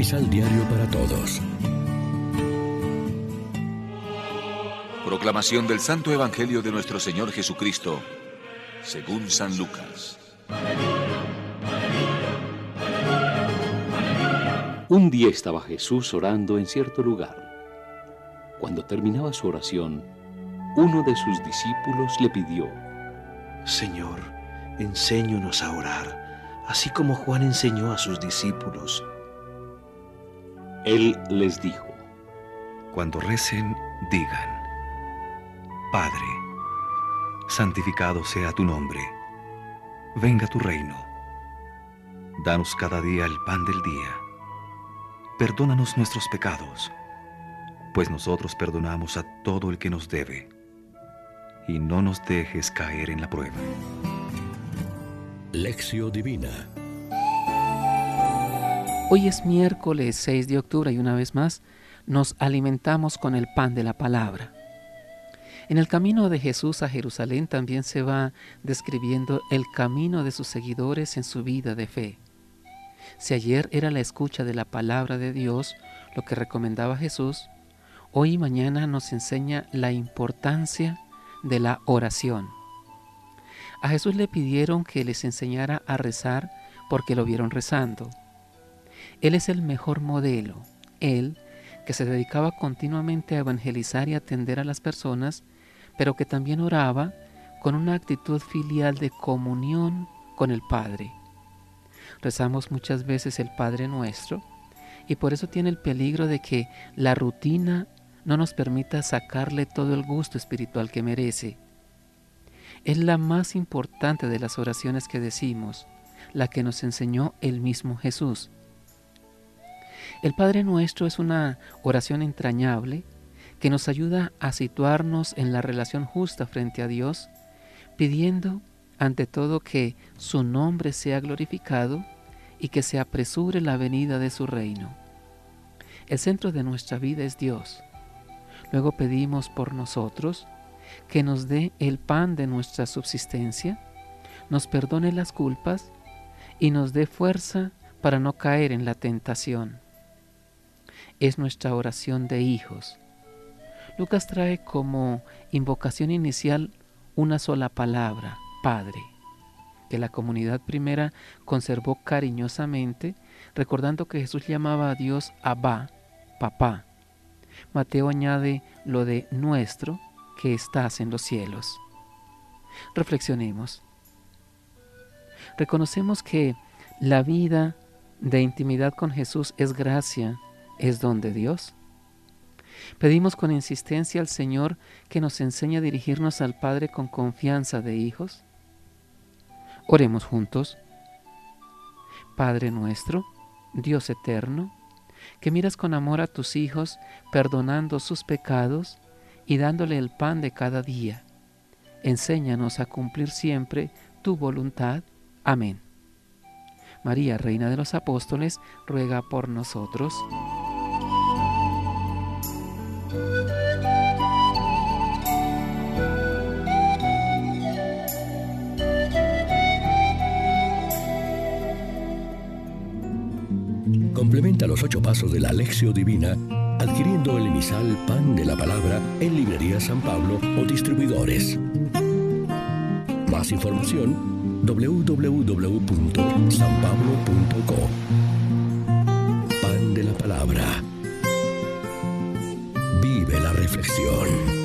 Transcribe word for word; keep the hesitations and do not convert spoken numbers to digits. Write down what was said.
Misal Diario para Todos. Proclamación del Santo Evangelio de nuestro Señor Jesucristo, según San Lucas. Un día estaba Jesús orando en cierto lugar. Cuando terminaba su oración, uno de sus discípulos le pidió: Señor, enséñanos a orar, así como Juan enseñó a sus discípulos. Él les dijo: Cuando recen, digan: Padre, santificado sea tu nombre, venga tu reino. Danos cada día el pan del día. Perdónanos nuestros pecados, pues nosotros perdonamos a todo el que nos debe. Y no nos dejes caer en la prueba. Lección Divina. Hoy es miércoles seis de octubre y una vez más nos alimentamos con el pan de la palabra. En el camino de Jesús a Jerusalén también se va describiendo el camino de sus seguidores en su vida de fe. Si ayer era la escucha de la palabra de Dios lo que recomendaba Jesús, hoy y mañana nos enseña la importancia de la oración. A Jesús le pidieron que les enseñara a rezar porque lo vieron rezando. Él es el mejor modelo, Él que se dedicaba continuamente a evangelizar y atender a las personas, pero que también oraba con una actitud filial de comunión con el Padre. Rezamos muchas veces el Padre Nuestro y por eso tiene el peligro de que la rutina no nos permita sacarle todo el gusto espiritual que merece. Es la más importante de las oraciones que decimos, la que nos enseñó el mismo Jesús. El Padre Nuestro es una oración entrañable que nos ayuda a situarnos en la relación justa frente a Dios, pidiendo ante todo que su nombre sea glorificado y que se apresure la venida de su reino. El centro de nuestra vida es Dios. Luego pedimos por nosotros que nos dé el pan de nuestra subsistencia, nos perdone las culpas y nos dé fuerza para no caer en la tentación. Es nuestra oración de hijos. Lucas trae como invocación inicial una sola palabra, Padre, que la comunidad primera conservó cariñosamente, recordando que Jesús llamaba a Dios Abba, Papá. Mateo añade lo de nuestro, que estás en los cielos. Reflexionemos. Reconocemos que la vida de intimidad con Jesús es gracia, es don de Dios. Pedimos con insistencia al Señor que nos enseñe a dirigirnos al Padre con confianza de hijos. Oremos juntos. Padre nuestro, Dios eterno, que miras con amor a tus hijos, perdonando sus pecados y dándole el pan de cada día. Enséñanos a cumplir siempre tu voluntad. Amén. María, Reina de los Apóstoles, ruega por nosotros. Complementa los ocho pasos de la Lección Divina adquiriendo el emisal Pan de la Palabra en Librería San Pablo o distribuidores. Más información doble u doble u doble u punto san pablo punto co. Pan de la Palabra. Vive la reflexión.